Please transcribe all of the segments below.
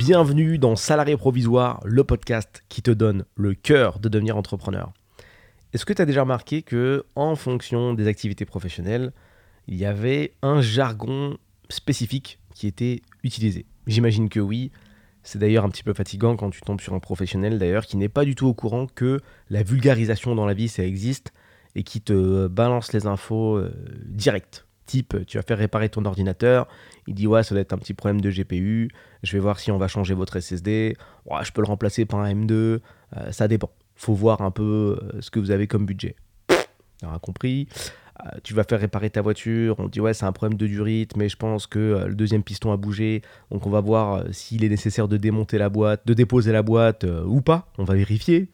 Bienvenue dans Salarié Provisoire, le podcast qui te donne le cœur de devenir entrepreneur. Est-ce que tu as déjà remarqué que, en fonction des activités professionnelles, il y avait un jargon spécifique qui était utilisé? J'imagine que oui. C'est d'ailleurs un petit peu fatigant quand tu tombes sur un professionnel d'ailleurs qui n'est pas du tout au courant que la vulgarisation dans la vie ça existe et qui te balance les infos direct. Type, tu vas faire réparer ton ordinateur, il dit ouais ça doit être un petit problème de GPU, je vais voir si on va changer votre SSD, ouais, je peux le remplacer par un M2, ça dépend. Faut voir un peu ce que vous avez comme budget. Tu auras compris. Tu vas faire réparer ta voiture, on te dit ouais c'est un problème de durite, mais je pense que le deuxième piston a bougé, donc on va voir s'il est nécessaire de démonter la boîte, de déposer la boîte ou pas, on va vérifier,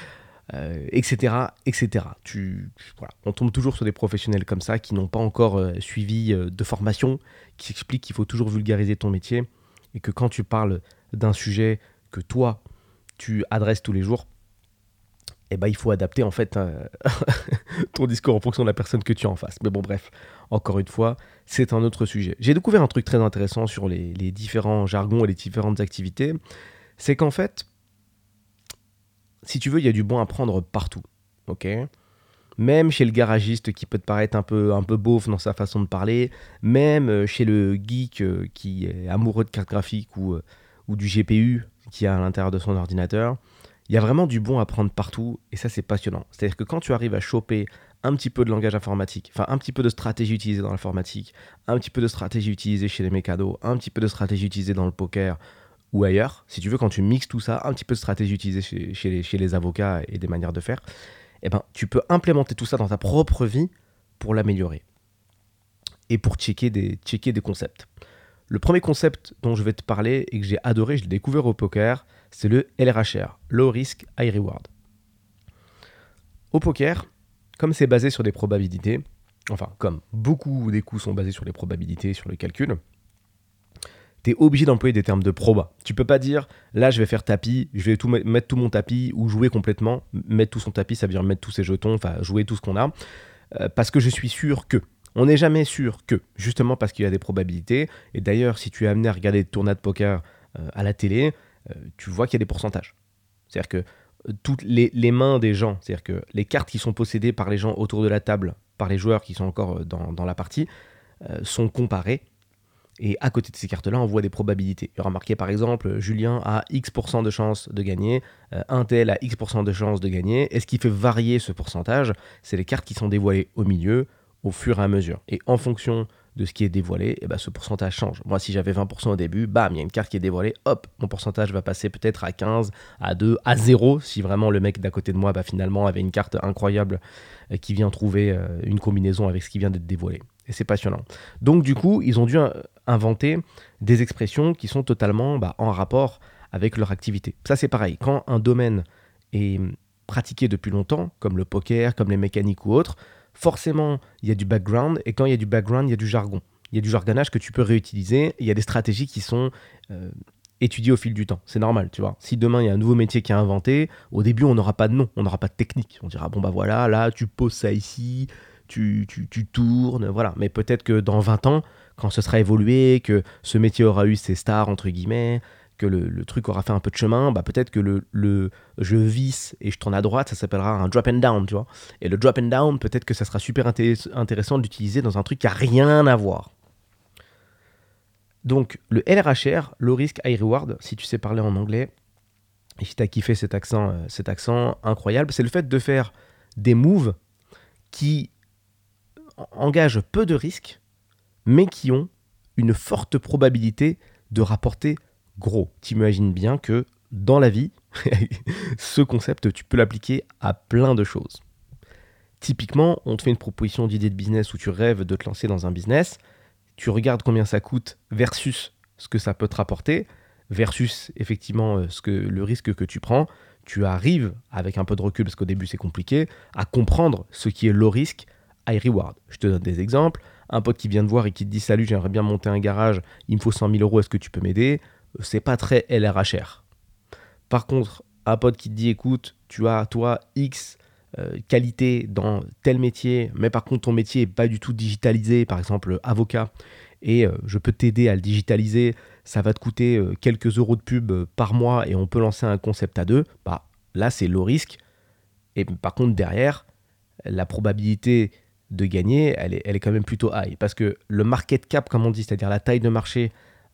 etc. etc. Voilà. On tombe toujours sur des professionnels comme ça qui n'ont pas encore suivi de formation, qui expliquent qu'il faut toujours vulgariser ton métier et que quand tu parles d'un sujet que toi tu adresses tous les jours, eh ben, il faut adapter en fait ton discours en fonction de la personne que tu as en face. Mais bon, bref, encore une fois, c'est un autre sujet. J'ai découvert un truc très intéressant sur les différents jargons et les différentes activités. C'est qu'en fait, si tu veux, il y a du bon à prendre partout. Ok ? Même chez le garagiste qui peut te paraître un peu beauf dans sa façon de parler, même chez le geek qui est amoureux de cartes graphiques ou du GPU qui a à l'intérieur de son ordinateur. Il y a vraiment du bon à prendre partout et ça c'est passionnant. C'est-à-dire que quand tu arrives à choper un petit peu de langage informatique, enfin un petit peu de stratégie utilisée dans l'informatique, un petit peu de stratégie utilisée chez les mécanos, un petit peu de stratégie utilisée dans le poker ou ailleurs, si tu veux quand tu mixes tout ça, un petit peu de stratégie utilisée chez les avocats et des manières de faire, eh ben, tu peux implémenter tout ça dans ta propre vie pour l'améliorer et pour checker des concepts. Le premier concept dont je vais te parler et que j'ai adoré, je l'ai découvert au poker, c'est le LRHR, Low Risk High Reward. Au poker, comme c'est basé sur des probabilités, enfin comme beaucoup des coups sont basés sur les probabilités, sur le calcul, tu es obligé d'employer des termes de proba. Tu peux pas dire, là je vais faire tapis, je vais mettre tout mon tapis ou jouer complètement. Mettre tout son tapis, ça veut dire mettre tous ses jetons, enfin jouer tout ce qu'on a, parce que je suis sûr que. On n'est jamais sûr que, justement parce qu'il y a des probabilités. Et d'ailleurs, si tu es amené à regarder des tournois de poker à la télé, tu vois qu'il y a des pourcentages. C'est-à-dire que toutes les mains des gens, c'est-à-dire que les cartes qui sont possédées par les gens autour de la table, par les joueurs qui sont encore dans la partie, sont comparées. Et à côté de ces cartes-là, on voit des probabilités. Il y aura marqué par exemple, Julien a X% de chance de gagner, un tel a X% de chance de gagner. Et ce qui fait varier ce pourcentage, c'est les cartes qui sont dévoilées au milieu, au fur et à mesure. Et en fonction de ce qui est dévoilé, eh ben, ce pourcentage change. Moi, si j'avais 20% au début, bam, il y a une carte qui est dévoilée, hop, mon pourcentage va passer peut-être à 15, à 2, à 0, si vraiment le mec d'à côté de moi, finalement, avait une carte incroyable qui vient trouver une combinaison avec ce qui vient d'être dévoilé. Et c'est passionnant. Donc, du coup, ils ont dû inventer des expressions qui sont totalement en rapport avec leur activité. Ça, c'est pareil. Quand un domaine est pratiqué depuis longtemps, comme le poker, comme les mécaniques ou autres, forcément, il y a du background, et quand il y a du background, il y a du jargon. Il y a du jargonnage que tu peux réutiliser, il y a des stratégies qui sont étudiées au fil du temps. C'est normal, tu vois. Si demain, il y a un nouveau métier qui est inventé, au début, on n'aura pas de nom, on n'aura pas de technique. On dira, bon voilà, là, tu poses ça ici, tu tournes, voilà. Mais peut-être que dans 20 ans, quand ce sera évolué, que ce métier aura eu ses stars, entre guillemets, que le truc aura fait un peu de chemin, peut-être que je visse et je tourne à droite, ça s'appellera un drop and down, tu vois. Et le drop and down, peut-être que ça sera super intéressant d'utiliser dans un truc qui n'a rien à voir. Donc, le LRHR, Low Risk High Reward, si tu sais parler en anglais, et si tu as kiffé cet accent incroyable, c'est le fait de faire des moves qui engagent peu de risques, mais qui ont une forte probabilité de rapporter gros. T'imagines bien que dans la vie, ce concept, tu peux l'appliquer à plein de choses. Typiquement, on te fait une proposition d'idée de business où tu rêves de te lancer dans un business, tu regardes combien ça coûte versus ce que ça peut te rapporter, versus effectivement le risque que tu prends, tu arrives, avec un peu de recul, parce qu'au début c'est compliqué, à comprendre ce qui est low risk, high reward. Je te donne des exemples. Un pote qui vient te voir et qui te dit « Salut, j'aimerais bien monter un garage, il me faut 100 000 €, est-ce que tu peux m'aider ?» C'est pas très LRHR. Par contre, un pote qui te dit « Écoute, tu as, toi, X qualité dans tel métier, mais par contre, ton métier n'est pas du tout digitalisé, par exemple, avocat, et je peux t'aider à le digitaliser, ça va te coûter quelques euros de pub par mois et on peut lancer un concept à deux, bah là c'est low risk. Et par contre derrière, la probabilité de gagner, elle est quand même plutôt high. Parce que le market cap, comme on dit, c'est-à-dire la taille de marché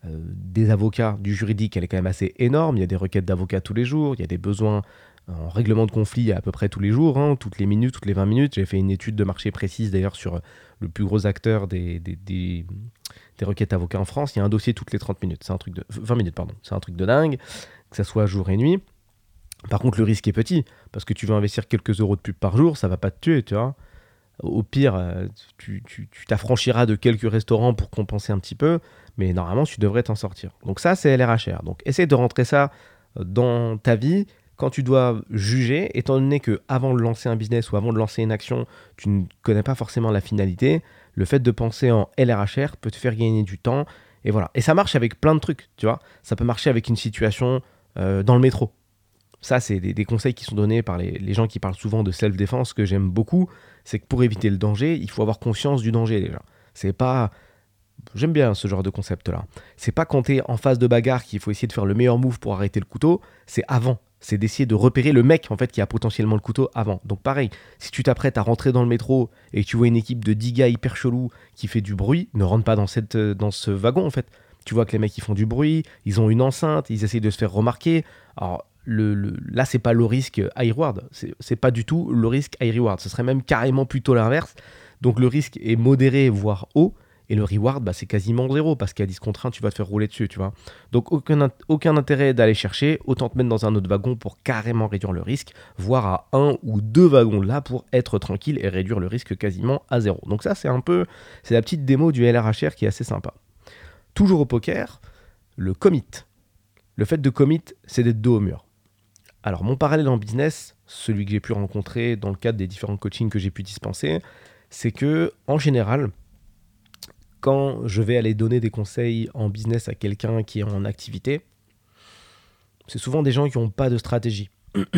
des avocats, du juridique, elle est quand même assez énorme. Il y a des requêtes d'avocats tous les jours, il y a des besoins en règlement de conflit à peu près tous les jours, hein, toutes les minutes, toutes les 20 minutes. J'ai fait une étude de marché précise d'ailleurs sur le plus gros acteur des requêtes avocats en France. Il y a un dossier toutes les 30 minutes, c'est un truc de 20 minutes, pardon. C'est un truc de dingue, que ça soit jour et nuit. Par contre, le risque est petit, parce que tu veux investir quelques euros de pub par jour, ça va pas te tuer, tu vois. Au pire, tu t'affranchiras de quelques restaurants pour compenser un petit peu, mais normalement, tu devrais t'en sortir. Donc ça, c'est LRHR. Donc essaie de rentrer ça dans ta vie quand tu dois juger, étant donné que avant de lancer un business ou avant de lancer une action, tu ne connais pas forcément la finalité. Le fait de penser en LRHR peut te faire gagner du temps, et voilà. Et ça marche avec plein de trucs, tu vois. Ça peut marcher avec une situation dans le métro. Ça, c'est des conseils qui sont donnés par les gens qui parlent souvent de self-défense, que j'aime beaucoup. C'est que pour éviter le danger, il faut avoir conscience du danger déjà. C'est pas... J'aime bien ce genre de concept-là. C'est pas quand t'es en phase de bagarre qu'il faut essayer de faire le meilleur move pour arrêter le couteau, c'est avant. C'est d'essayer de repérer le mec en fait qui a potentiellement le couteau avant. Donc pareil, si tu t'apprêtes à rentrer dans le métro et que tu vois une équipe de 10 gars hyper chelous qui fait du bruit, ne rentre pas dans ce wagon en fait. Tu vois que les mecs ils font du bruit, ils ont une enceinte, ils essayent de se faire remarquer. Alors là, c'est pas le risque high reward. C'est pas du tout le risque high reward. Ce serait même carrément plutôt l'inverse. Donc le risque est modéré, voire haut. Et le reward, bah, c'est quasiment zéro. Parce qu'à 10 contre 1, tu vas te faire rouler dessus, tu vois. Donc aucun intérêt d'aller chercher. Autant te mettre dans un autre wagon pour carrément réduire le risque. Voire à un ou deux wagons là pour être tranquille et réduire le risque quasiment à zéro. Donc ça, c'est la petite démo du LRHR qui est assez sympa. Toujours au poker, le commit. Le fait de commit, c'est d'être dos au mur. Alors, mon parallèle en business, celui que j'ai pu rencontrer dans le cadre des différents coachings que j'ai pu dispenser, c'est que, en général, quand je vais aller donner des conseils en business à quelqu'un qui est en activité, c'est souvent des gens qui n'ont pas de stratégie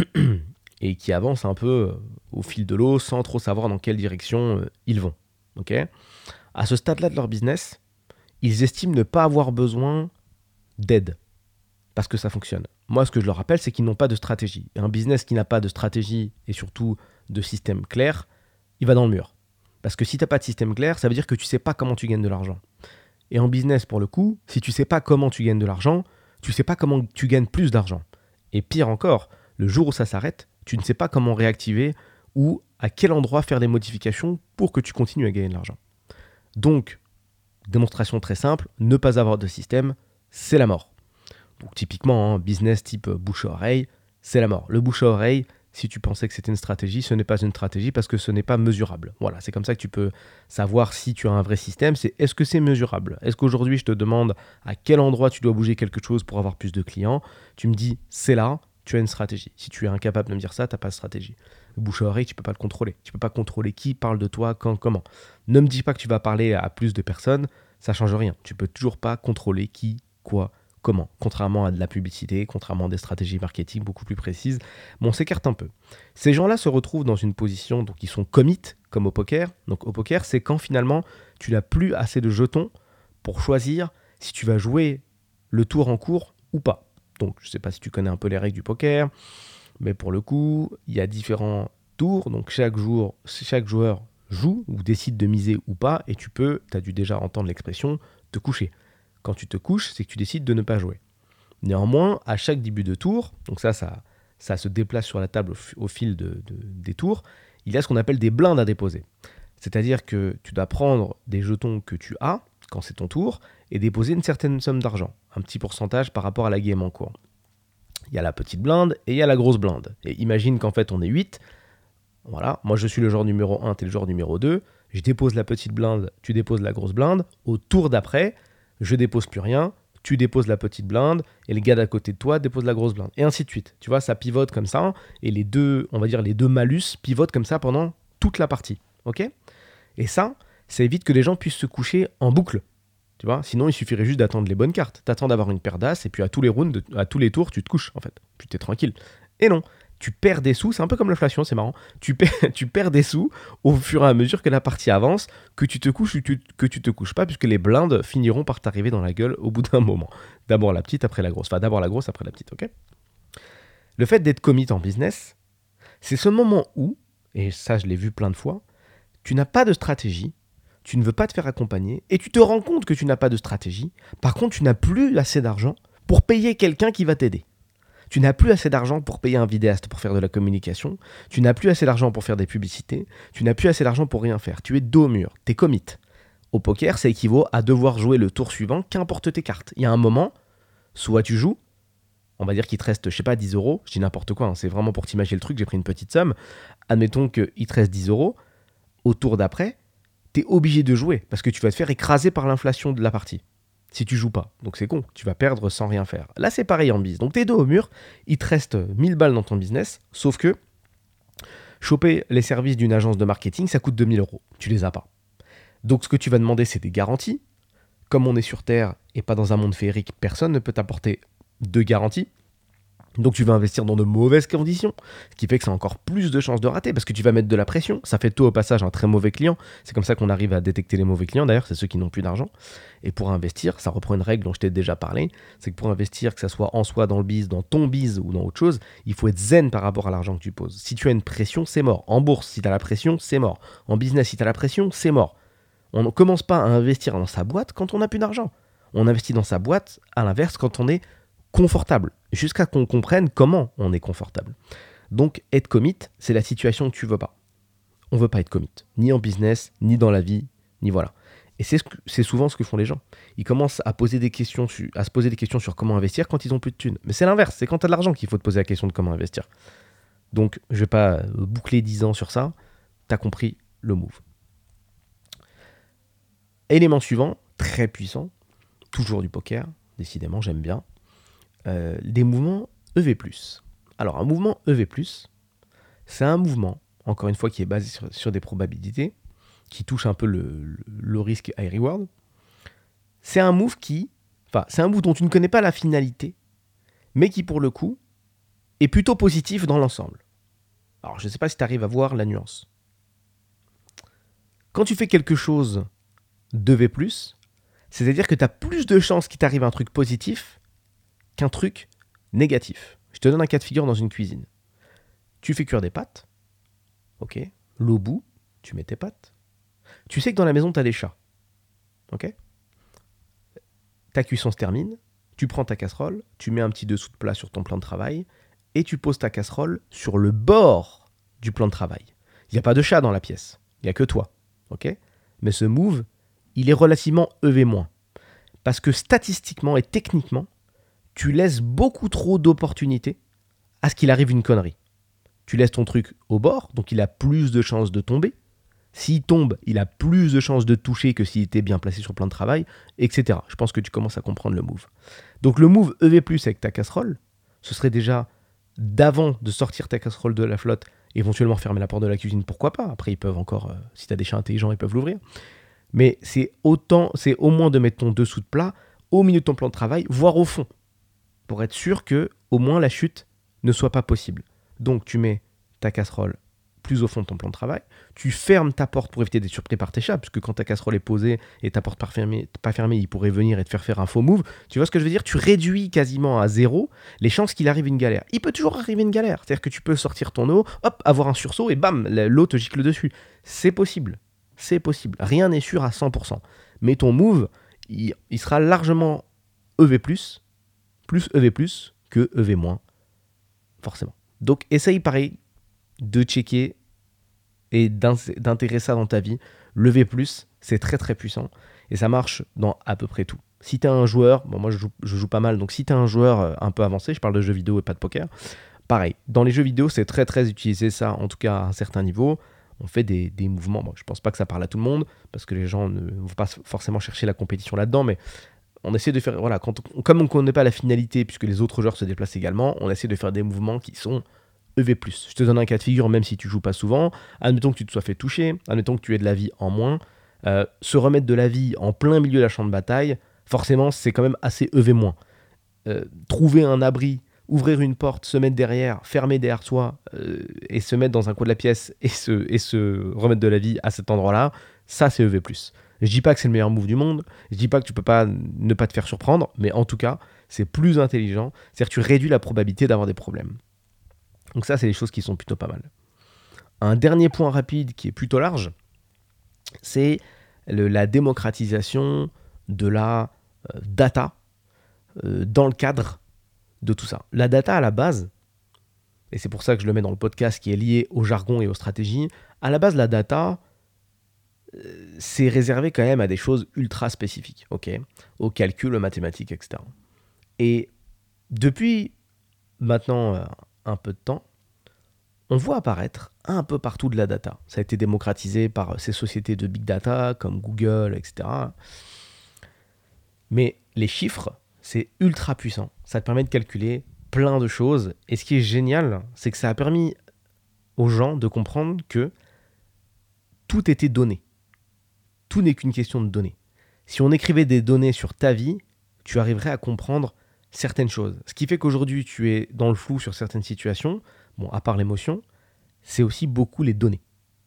et qui avancent un peu au fil de l'eau sans trop savoir dans quelle direction ils vont. Okay ? À ce stade-là de leur business, ils estiment ne pas avoir besoin d'aide parce que ça fonctionne. Moi, ce que je leur rappelle, c'est qu'ils n'ont pas de stratégie. Et un business qui n'a pas de stratégie et surtout de système clair, il va dans le mur. Parce que si tu n'as pas de système clair, ça veut dire que tu ne sais pas comment tu gagnes de l'argent. Et en business, pour le coup, si tu ne sais pas comment tu gagnes de l'argent, tu ne sais pas comment tu gagnes plus d'argent. Et pire encore, le jour où ça s'arrête, tu ne sais pas comment réactiver ou à quel endroit faire des modifications pour que tu continues à gagner de l'argent. Donc, démonstration très simple, ne pas avoir de système, c'est la mort. Donc typiquement, business type bouche à oreille, c'est la mort. Le bouche à oreille, si tu pensais que c'était une stratégie, ce n'est pas une stratégie parce que ce n'est pas mesurable. Voilà, c'est comme ça que tu peux savoir si tu as un vrai système, c'est est-ce que c'est mesurable ? Est-ce qu'aujourd'hui je te demande à quel endroit tu dois bouger quelque chose pour avoir plus de clients ? Tu me dis c'est là, tu as une stratégie. Si tu es incapable de me dire ça, tu n'as pas de stratégie. Le bouche à oreille, tu ne peux pas le contrôler. Tu ne peux pas contrôler qui parle de toi, quand, comment. Ne me dis pas que tu vas parler à plus de personnes, ça ne change rien. Tu ne peux toujours pas contrôler qui, quoi, comment, contrairement à de la publicité, contrairement à des stratégies marketing beaucoup plus précises. Bon, on s'écarte un peu. Ces gens-là se retrouvent dans une position, donc ils sont commit, comme au poker. Donc au poker, c'est quand finalement tu n'as plus assez de jetons pour choisir si tu vas jouer le tour en cours ou pas. Donc je ne sais pas si tu connais un peu les règles du poker, mais pour le coup, il y a différents tours. Donc chaque joueur joue ou décide de miser ou pas, et tu as dû déjà entendre l'expression, te coucher. Quand tu te couches, c'est que tu décides de ne pas jouer. Néanmoins, à chaque début de tour, donc ça se déplace sur la table au fil des tours, il y a ce qu'on appelle des blindes à déposer. C'est-à-dire que tu dois prendre des jetons que tu as, quand c'est ton tour, et déposer une certaine somme d'argent, un petit pourcentage par rapport à la game en cours. Il y a la petite blinde et il y a la grosse blinde. Et imagine qu'en fait on est 8. Voilà, moi je suis le joueur numéro 1, tu es le joueur numéro 2. Je dépose la petite blinde, tu déposes la grosse blinde. Au tour d'après, je dépose plus rien, tu déposes la petite blinde, et le gars d'à côté de toi dépose la grosse blinde. Et ainsi de suite. Tu vois, ça pivote comme ça, et les deux malus pivotent comme ça pendant toute la partie. Ok ? Et ça évite que les gens puissent se coucher en boucle. Tu vois, sinon il suffirait juste d'attendre les bonnes cartes. T'attends d'avoir une paire d'as, et puis à tous les rounds, à tous les tours, tu te couches en fait. Puis t'es tranquille. Et non, tu perds des sous, c'est un peu comme l'inflation, c'est marrant, tu perds des sous au fur et à mesure que la partie avance, que tu te couches ou que tu te couches pas, puisque les blindes finiront par t'arriver dans la gueule au bout d'un moment. D'abord la petite, après la grosse. Enfin, d'abord la grosse, après la petite, ok? Le fait d'être commit en business, c'est ce moment où, et ça je l'ai vu plein de fois, tu n'as pas de stratégie, tu ne veux pas te faire accompagner, et tu te rends compte que tu n'as pas de stratégie. Par contre, tu n'as plus assez d'argent pour payer quelqu'un qui va t'aider. Tu n'as plus assez d'argent pour payer un vidéaste pour faire de la communication, tu n'as plus assez d'argent pour faire des publicités, tu n'as plus assez d'argent pour rien faire. Tu es dos au mur, tu es commit. Au poker, ça équivaut à devoir jouer le tour suivant, qu'importe tes cartes. Il y a un moment, soit tu joues, on va dire qu'il te reste, je sais pas, 10 euros, je dis n'importe quoi, hein, c'est vraiment pour t'imaginer le truc, j'ai pris une petite somme. Admettons qu'il te reste 10 euros, au tour d'après, tu es obligé de jouer parce que tu vas te faire écraser par l'inflation de la partie. Si tu joues pas. Donc c'est con, tu vas perdre sans rien faire. Là c'est pareil en biz. Donc t'es dos au mur, il te reste 1000 balles dans ton business, sauf que choper les services d'une agence de marketing, ça coûte 2000 euros. Tu les as pas. Donc ce que tu vas demander, c'est des garanties. Comme on est sur Terre et pas dans un monde féerique, personne ne peut t'apporter de garantie. Donc tu vas investir dans de mauvaises conditions, ce qui fait que ça a encore plus de chances de rater, parce que tu vas mettre de la pression. Ça fait toi au passage un très mauvais client. C'est comme ça qu'on arrive à détecter les mauvais clients, d'ailleurs, c'est ceux qui n'ont plus d'argent. Et pour investir, ça reprend une règle dont je t'ai déjà parlé, c'est que pour investir, que ça soit en soi, dans le biz, dans ton biz ou dans autre chose, il faut être zen par rapport à l'argent que tu poses. Si tu as une pression, c'est mort. En bourse, si tu as la pression, c'est mort. En business, si tu as la pression, c'est mort. On ne commence pas à investir dans sa boîte quand on n'a plus d'argent. On investit dans sa boîte, à l'inverse, quand on est confortable, jusqu'à qu'on comprenne comment on est confortable. Donc, être commit, c'est la situation que tu veux pas. On veut pas être commit, ni en business, ni dans la vie, ni voilà. Et c'est souvent ce que font les gens. Ils commencent à se poser des questions sur comment investir quand ils ont plus de thunes. Mais c'est l'inverse, c'est quand tu as de l'argent qu'il faut te poser la question de comment investir. Donc, je vais pas boucler 10 ans sur ça. Tu as compris le move. Élément suivant, très puissant, toujours du poker, décidément, j'aime bien. Des mouvements EV+. Alors, un mouvement EV+, c'est un mouvement, encore une fois, qui est basé sur des probabilités, qui touche un peu le risque high reward. C'est un move dont tu ne connais pas la finalité, mais qui, pour le coup, est plutôt positif dans l'ensemble. Alors, je ne sais pas si tu arrives à voir la nuance. Quand tu fais quelque chose d'EV+, c'est-à-dire que tu as plus de chances qu'il t'arrive un truc positif qu'un truc négatif. Je te donne un cas de figure dans une cuisine. Tu fais cuire des pâtes, ok, l'eau bout, tu mets tes pâtes. Tu sais que dans la maison, tu as des chats, ok. Ta cuisson se termine, tu prends ta casserole, tu mets un petit dessous de plat sur ton plan de travail et tu poses ta casserole sur le bord du plan de travail. Il n'y a pas de chat dans la pièce, il n'y a que toi, ok. Mais ce move, il est relativement EV-, parce que statistiquement et techniquement, tu laisses beaucoup trop d'opportunités à ce qu'il arrive une connerie. Tu laisses ton truc au bord, donc il a plus de chances de tomber. S'il tombe, il a plus de chances de toucher que s'il était bien placé sur le plan de travail, etc. Je pense que tu commences à comprendre le move. Donc le move EV+, avec ta casserole, ce serait déjà d'avant de sortir ta casserole de la flotte, éventuellement fermer la porte de la cuisine, pourquoi pas. Après, ils peuvent encore, si tu as des chats intelligents, ils peuvent l'ouvrir. Mais c'est au moins de mettre ton dessous de plat au milieu de ton plan de travail, voire au fond, pour être sûr que au moins la chute ne soit pas possible. Donc tu mets ta casserole plus au fond de ton plan de travail, tu fermes ta porte pour éviter d'être surpris par tes chats, puisque quand ta casserole est posée et ta porte pas fermée, ils pourraient venir et te faire un faux move. Tu vois ce que je veux dire? Tu réduis quasiment à zéro les chances qu'il arrive une galère. Il peut toujours arriver une galère, c'est-à-dire que tu peux sortir ton eau, hop, avoir un sursaut et bam, l'eau te gicle dessus. C'est possible, rien n'est sûr à 100%. Mais ton move, il sera largement EV+, plus EV+, que EV-, forcément. Donc essaye pareil de checker et d'intégrer ça dans ta vie. Le V+, c'est très très puissant et ça marche dans à peu près tout. Si tu es un joueur, bon moi je joue pas mal, donc si tu es un joueur un peu avancé, je parle de jeux vidéo et pas de poker, pareil, dans les jeux vidéo c'est très très utilisé ça, en tout cas à un certain niveau. On fait des mouvements, bon, je pense pas que ça parle à tout le monde, parce que les gens ne vont pas forcément chercher la compétition là-dedans, mais on essaie de faire, voilà, comme on ne connaît pas la finalité, puisque les autres joueurs se déplacent également, on essaie de faire des mouvements qui sont EV+. Je te donne un cas de figure, même si tu joues pas souvent. Admettons que tu te sois fait toucher, admettons que tu aies de la vie en moins. Se remettre de la vie en plein milieu de la champ de bataille, forcément, c'est quand même assez EV-. Trouver un abri ouvrir une porte, se mettre derrière, fermer derrière soi et se mettre dans un coin de la pièce et se remettre de la vie à cet endroit-là, ça c'est EV+. Je dis pas que c'est le meilleur move du monde, je dis pas que tu peux pas ne pas te faire surprendre, mais en tout cas, c'est plus intelligent, c'est-à-dire que tu réduis la probabilité d'avoir des problèmes. Donc ça, c'est des choses qui sont plutôt pas mal. Un dernier point rapide qui est plutôt large, c'est la démocratisation de la data dans le cadre de tout ça. La data à la base, et c'est pour ça que je le mets dans le podcast qui est lié au jargon et aux stratégies, à la base la data, c'est réservé quand même à des choses ultra spécifiques, ok, au calcul, aux mathématiques, etc. Et depuis maintenant un peu de temps, on voit apparaître un peu partout de la data. Ça a été démocratisé par ces sociétés de big data comme Google, etc. Mais les chiffres, c'est ultra puissant. Ça te permet de calculer plein de choses. Et ce qui est génial, c'est que ça a permis aux gens de comprendre que tout était donné. Tout n'est qu'une question de données. Si on écrivait des données sur ta vie, tu arriverais à comprendre certaines choses. Ce qui fait qu'aujourd'hui, tu es dans le flou sur certaines situations, bon, à part l'émotion, c'est aussi beaucoup les données. Ok ?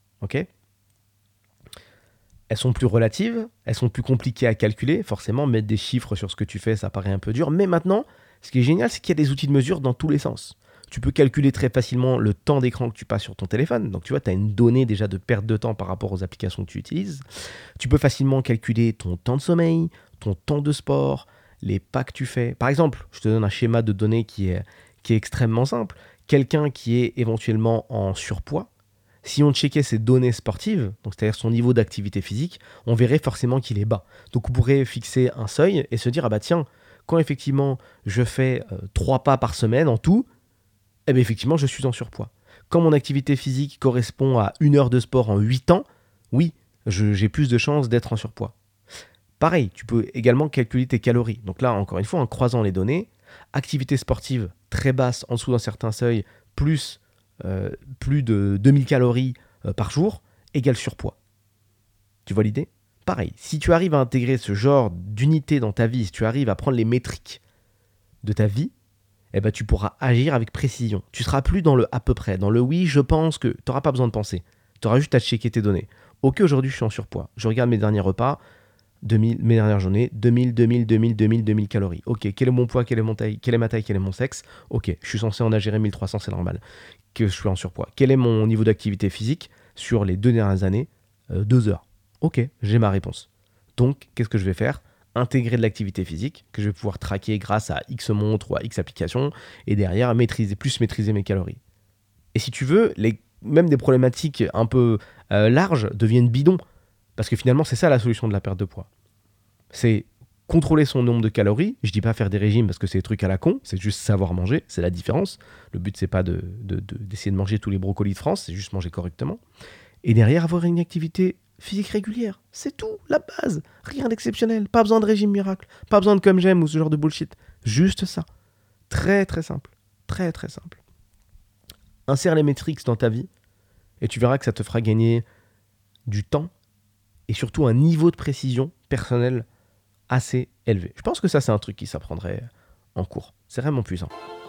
Elles sont plus relatives, elles sont plus compliquées à calculer. Forcément, mettre des chiffres sur ce que tu fais, ça paraît un peu dur. Mais maintenant, ce qui est génial, c'est qu'il y a des outils de mesure dans tous les sens. Tu peux calculer très facilement le temps d'écran que tu passes sur ton téléphone. Donc, tu vois, tu as une donnée déjà de perte de temps par rapport aux applications que tu utilises. Tu peux facilement calculer ton temps de sommeil, ton temps de sport, les pas que tu fais. Par exemple, je te donne un schéma de données qui est extrêmement simple. Quelqu'un qui est éventuellement en surpoids, si on checkait ses données sportives, donc c'est-à-dire son niveau d'activité physique, on verrait forcément qu'il est bas. Donc on pourrait fixer un seuil et se dire, ah bah tiens, quand effectivement je fais 3 pas par semaine en tout, eh bien effectivement je suis en surpoids. Quand mon activité physique correspond à 1 heure de sport en 8 ans, oui, j'ai plus de chances d'être en surpoids. Pareil, tu peux également calculer tes calories. Donc là, encore une fois, en croisant les données, activité sportive très basse en dessous d'un certain seuil, plus de 2000 calories par jour, égale surpoids. Tu vois l'idée ? Pareil, si tu arrives à intégrer ce genre d'unité dans ta vie, si tu arrives à prendre les métriques de ta vie, eh ben, tu pourras agir avec précision. Tu seras plus dans le à peu près, dans le oui, je pense que. Tu n'auras pas besoin de penser. Tu auras juste à checker tes données. Ok, aujourd'hui je suis en surpoids. Je regarde mes derniers repas, mes dernières journées, 2000 calories. Ok, quel est mon poids, quelle est ma taille, quel est mon sexe ? Ok, je suis censé en ingérer 1300, c'est normal que je suis en surpoids. Quel est mon niveau d'activité physique sur les 2 dernières années ? 2 heures. Ok, j'ai ma réponse. Donc, qu'est-ce que je vais faire ? Intégrer de l'activité physique que je vais pouvoir traquer grâce à X montre ou à X application et derrière maîtriser mes calories. Et si tu veux, même des problématiques un peu larges deviennent bidons. Parce que finalement, c'est ça la solution de la perte de poids. C'est contrôler son nombre de calories. Je dis pas faire des régimes parce que c'est des trucs à la con, c'est juste savoir manger, c'est la différence. Le but, c'est pas d'essayer de manger tous les brocolis de France, c'est juste manger correctement. Et derrière, avoir une activité physique régulière. C'est tout, la base. Rien d'exceptionnel. Pas besoin de régime miracle. Pas besoin de comme j'aime ou ce genre de bullshit. Juste ça. Très, très simple. Très, très simple. Insère les métriques dans ta vie et tu verras que ça te fera gagner du temps et surtout un niveau de précision personnelle assez élevé. Je pense que ça, c'est un truc qui s'apprendrait en cours. C'est vraiment puissant.